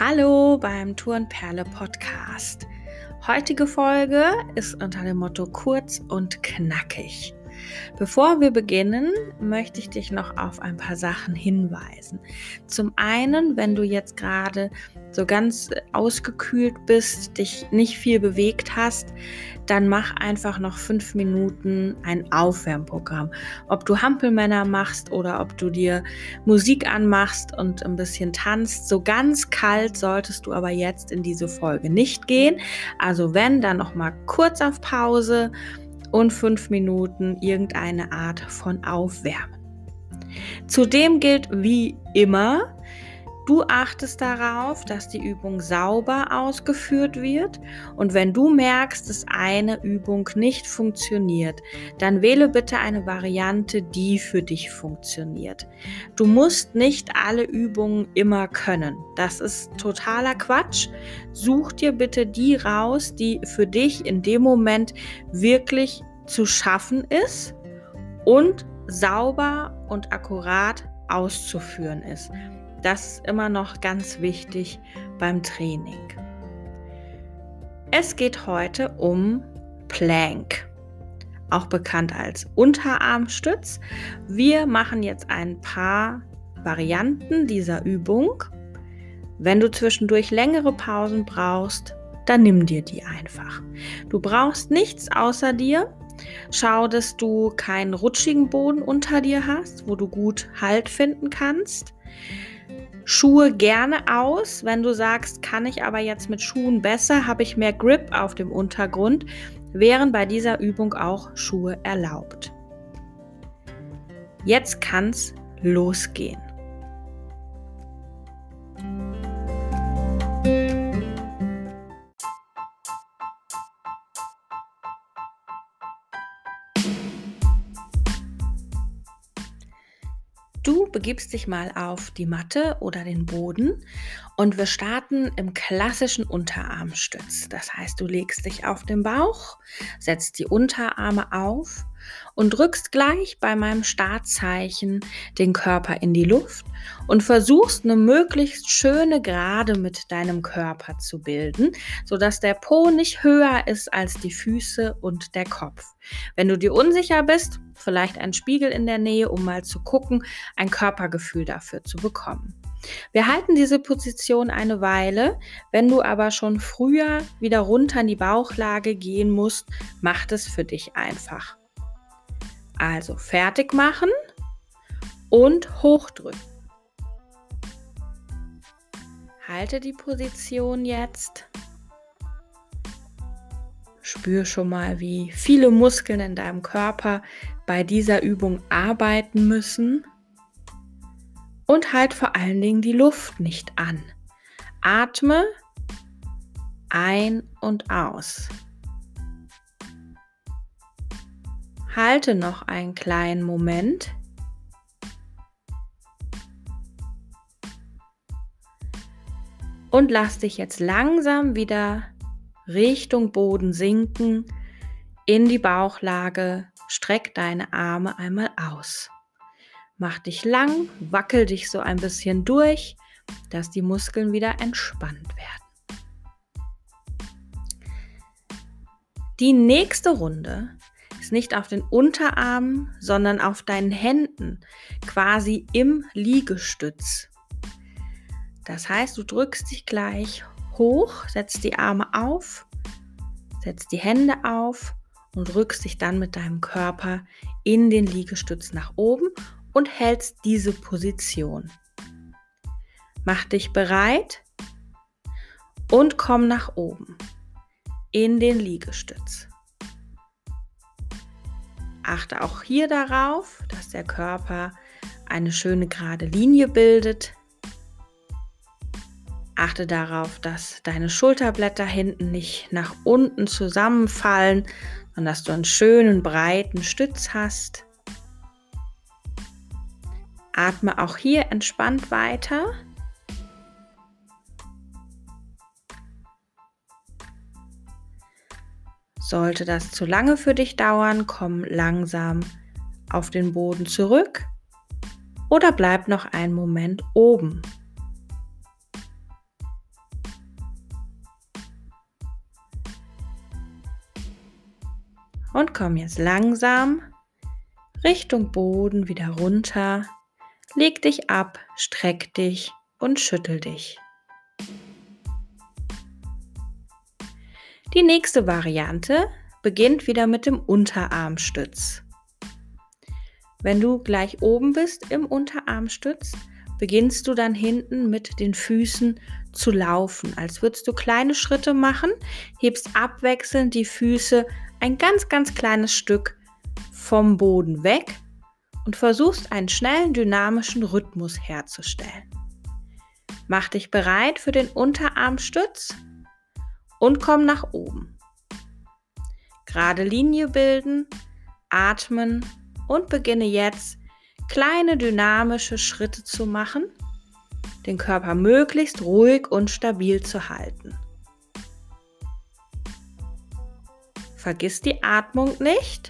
Hallo beim Turnperle Podcast. Heutige Folge ist unter dem Motto kurz und knackig. Bevor wir beginnen, möchte ich dich noch auf ein paar Sachen hinweisen. Zum einen, wenn du jetzt gerade so ganz ausgekühlt bist, dich nicht viel bewegt hast, dann mach einfach noch 5 Minuten ein Aufwärmprogramm. Ob du Hampelmänner machst oder ob du dir Musik anmachst und ein bisschen tanzt, so ganz kalt solltest du aber jetzt in diese Folge nicht gehen. Also wenn, dann noch mal kurz auf Pause und 5 Minuten irgendeine Art von Aufwärmen. Zudem gilt wie immer, du achtest darauf, dass die Übung sauber ausgeführt wird, und wenn du merkst, dass eine Übung nicht funktioniert, dann wähle bitte eine Variante, die für dich funktioniert. Du musst nicht alle Übungen immer können. Das ist totaler Quatsch. Such dir bitte die raus, die für dich in dem Moment wirklich zu schaffen ist und sauber und akkurat auszuführen ist. Das ist immer noch ganz wichtig beim Training. Es geht heute um Plank, auch bekannt als Unterarmstütz. Wir machen jetzt ein paar Varianten dieser Übung. Wenn du zwischendurch längere Pausen brauchst, dann nimm dir die einfach. Du brauchst nichts außer dir. Schau, dass du keinen rutschigen Boden unter dir hast, wo du gut Halt finden kannst. Schuhe gerne aus. Wenn du sagst, kann ich aber jetzt mit Schuhen besser, habe ich mehr Grip auf dem Untergrund, wären bei dieser Übung auch Schuhe erlaubt. Jetzt kann's losgehen. Du begibst dich mal auf die Matte oder den Boden und wir starten im klassischen Unterarmstütz. Das heißt, du legst dich auf den Bauch, setzt die Unterarme auf und drückst gleich bei meinem Startzeichen den Körper in die Luft und versuchst eine möglichst schöne Gerade mit deinem Körper zu bilden, sodass der Po nicht höher ist als die Füße und der Kopf. Wenn du dir unsicher bist, vielleicht ein Spiegel in der Nähe, um mal zu gucken, ein Körpergefühl dafür zu bekommen. Wir halten diese Position eine Weile. Wenn du aber schon früher wieder runter in die Bauchlage gehen musst, mach es für dich einfach. Also fertig machen und hochdrücken. Halte die Position jetzt. Spür schon mal, wie viele Muskeln in deinem Körper bei dieser Übung arbeiten müssen. Und halt vor allen Dingen die Luft nicht an. Atme ein und aus. Halte noch einen kleinen Moment. Und lass dich jetzt langsam wieder Richtung Boden sinken, in die Bauchlage. Streck deine Arme einmal aus. Mach dich lang, wackel dich so ein bisschen durch, dass die Muskeln wieder entspannt werden. Die nächste Runde ist nicht auf den Unterarmen, sondern auf deinen Händen, quasi im Liegestütz. Das heißt, du drückst dich gleich hoch, setzt die Arme auf, setzt die Hände auf und drückst dich dann mit deinem Körper in den Liegestütz nach oben und hältst diese Position. Mach dich bereit und komm nach oben in den Liegestütz. Achte auch hier darauf, dass der Körper eine schöne gerade Linie bildet. Achte darauf, dass deine Schulterblätter hinten nicht nach unten zusammenfallen, sondern dass du einen schönen breiten Stütz hast. Atme auch hier entspannt weiter. Sollte das zu lange für dich dauern, komm langsam auf den Boden zurück oder bleib noch einen Moment oben. Und komm jetzt langsam Richtung Boden wieder runter. Leg dich ab, streck dich und schüttel dich. Die nächste Variante beginnt wieder mit dem Unterarmstütz. Wenn du gleich oben bist im Unterarmstütz, beginnst du dann hinten mit den Füßen zu laufen, als würdest du kleine Schritte machen, hebst abwechselnd die Füße ein ganz, ganz kleines Stück vom Boden weg und versuchst einen schnellen, dynamischen Rhythmus herzustellen. Mach dich bereit für den Unterarmstütz und komm nach oben. Gerade Linie bilden, atmen und beginne jetzt kleine dynamische Schritte zu machen, den Körper möglichst ruhig und stabil zu halten. Vergiss die Atmung nicht.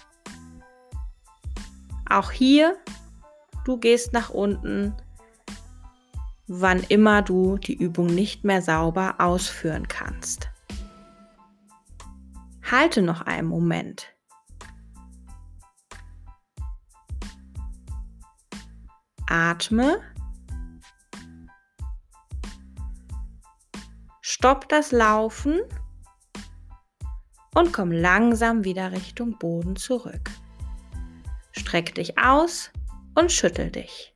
Auch hier, du gehst nach unten, wann immer du die Übung nicht mehr sauber ausführen kannst. Halte noch einen Moment. Atme. Stopp das Laufen und komm langsam wieder Richtung Boden zurück. Streck dich aus und schüttel dich.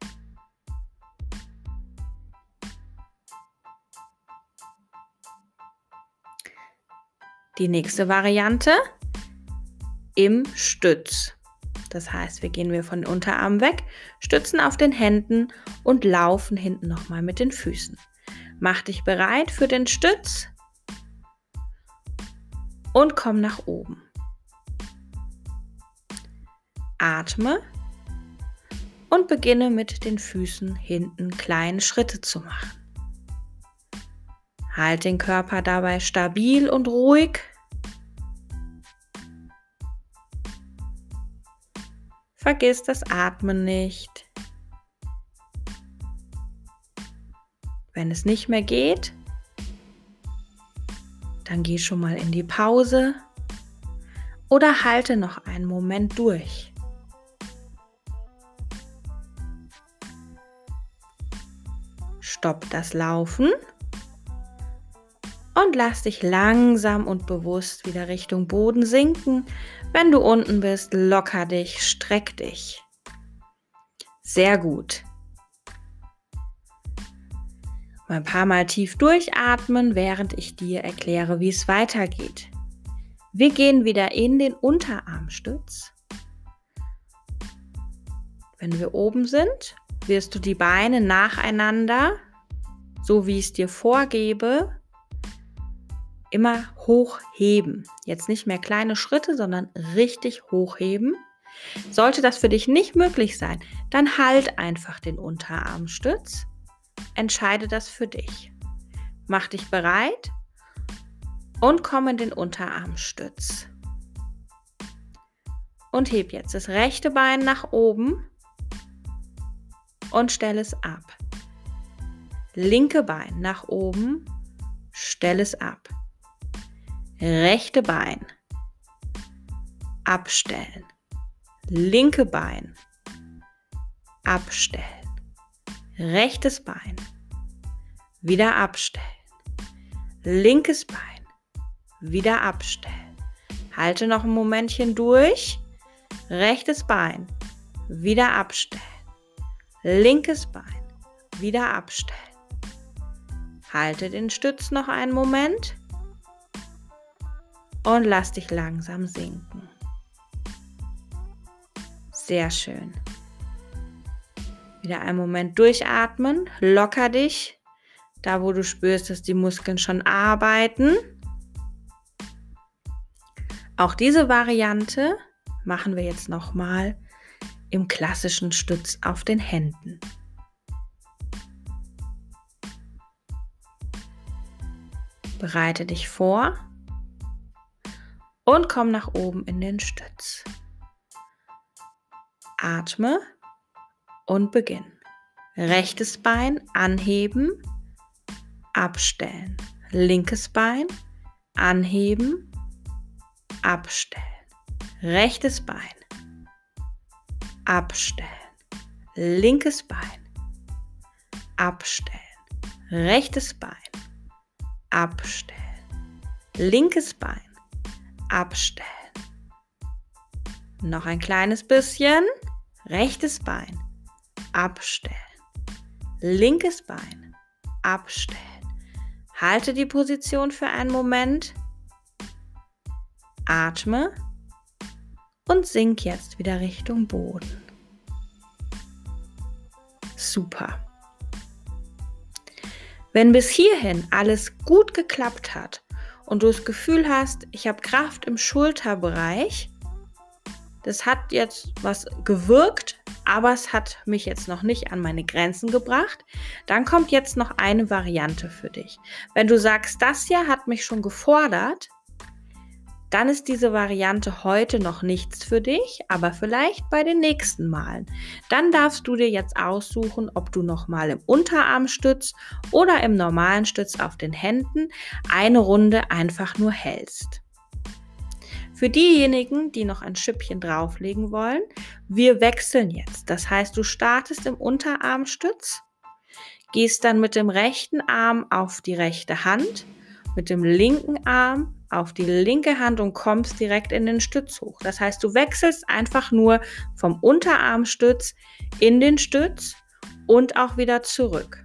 Die nächste Variante im Stütz. Das heißt, wir gehen von den Unterarmen weg, stützen auf den Händen und laufen hinten nochmal mit den Füßen. Mach dich bereit für den Stütz und komm nach oben. Atme und beginne mit den Füßen hinten kleine Schritte zu machen. Halt den Körper dabei stabil und ruhig. Vergiss das Atmen nicht. Wenn es nicht mehr geht, dann geh schon mal in die Pause oder halte noch einen Moment durch. Stopp das Laufen und lass dich langsam und bewusst wieder Richtung Boden sinken. Wenn du unten bist, locker dich, streck dich. Sehr gut. Ein paar Mal tief durchatmen, während ich dir erkläre, wie es weitergeht. Wir gehen wieder in den Unterarmstütz. Wenn wir oben sind, wirst du die Beine nacheinander, so wie ich es dir vorgebe, immer hochheben. Jetzt nicht mehr kleine Schritte, sondern richtig hochheben. Sollte das für dich nicht möglich sein, dann halt einfach den Unterarmstütz. Entscheide das für dich. Mach dich bereit und komm in den Unterarmstütz. Und heb jetzt das rechte Bein nach oben und stell es ab. Linke Bein nach oben, stell es ab. Rechte Bein abstellen. Linke Bein abstellen. Rechtes Bein wieder abstellen. Linkes Bein wieder abstellen. Halte noch ein Momentchen durch. Rechtes Bein wieder abstellen. Linkes Bein wieder abstellen. Halte den Stütz noch einen Moment und lass dich langsam sinken. Sehr schön. Wieder einen Moment durchatmen, locker dich, da wo du spürst, dass die Muskeln schon arbeiten. Auch diese Variante machen wir jetzt nochmal im klassischen Stütz auf den Händen. Bereite dich vor und komm nach oben in den Stütz. Atme und beginn. Rechtes Bein anheben, abstellen. Linkes Bein anheben, abstellen. rechtes Bein, abstellen, linkes Bein, abstellen, rechtes Bein, abstellen, linkes Bein, abstellen. Noch ein kleines bisschen, rechtes Bein, abstellen, linkes Bein, abstellen. Halte die Position für einen Moment, atme und sink jetzt wieder Richtung Boden. Super. Wenn bis hierhin alles gut geklappt hat und du das Gefühl hast, ich habe Kraft im Schulterbereich, das hat jetzt was gewirkt, aber es hat mich jetzt noch nicht an meine Grenzen gebracht, dann kommt jetzt noch eine Variante für dich. Wenn du sagst, das hier hat mich schon gefordert, dann ist diese Variante heute noch nichts für dich, aber vielleicht bei den nächsten Malen. Dann darfst du dir jetzt aussuchen, ob du nochmal im Unterarmstütz oder im normalen Stütz auf den Händen eine Runde einfach nur hältst. Für diejenigen, die noch ein Schüppchen drauflegen wollen, wir wechseln jetzt. Das heißt, du startest im Unterarmstütz, gehst dann mit dem rechten Arm auf die rechte Hand, mit dem linken Arm auf die linke Hand und kommst direkt in den Stütz hoch. Das heißt, du wechselst einfach nur vom Unterarmstütz in den Stütz und auch wieder zurück.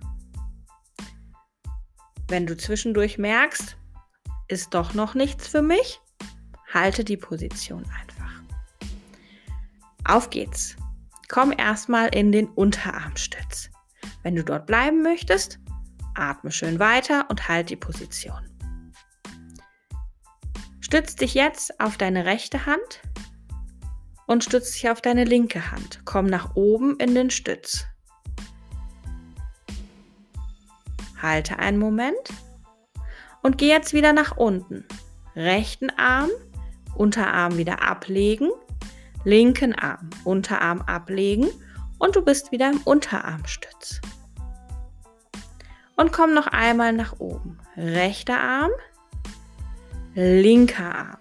Wenn du zwischendurch merkst, ist doch noch nichts für mich, halte die Position einfach. Auf geht's. Komm erstmal in den Unterarmstütz. Wenn du dort bleiben möchtest, atme schön weiter und halt die Position. Stütz dich jetzt auf deine rechte Hand und stütz dich auf deine linke Hand. Komm nach oben in den Stütz. Halte einen Moment und geh jetzt wieder nach unten. Rechten Arm, Unterarm wieder ablegen, linken Arm, Unterarm ablegen und du bist wieder im Unterarmstütz. Und komm noch einmal nach oben. Rechter Arm, linker Arm.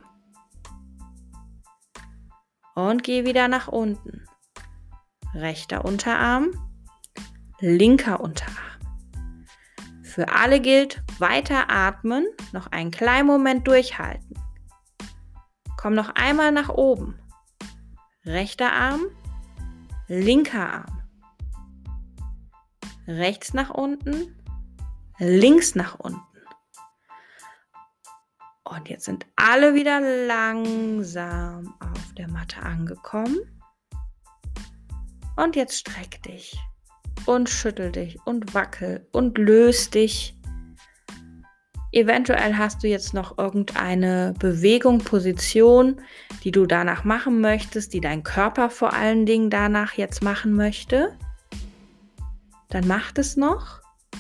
Und geh wieder nach unten. Rechter Unterarm, linker Unterarm. Für alle gilt, weiter atmen, noch einen kleinen Moment durchhalten. Komm noch einmal nach oben. Rechter Arm, linker Arm. Rechts nach unten, links nach unten. Und jetzt sind alle wieder langsam auf der Matte angekommen. Und jetzt streck dich und schüttel dich und wackel und löse dich. Eventuell hast du jetzt noch irgendeine Bewegung, Position, die du danach machen möchtest, die dein Körper vor allen Dingen danach jetzt machen möchte. Dann mach das noch.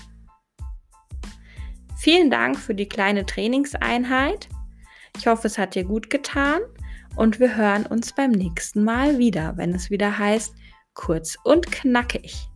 Vielen Dank für die kleine Trainingseinheit. Ich hoffe, es hat dir gut getan und wir hören uns beim nächsten Mal wieder, wenn es wieder heißt, kurz und knackig.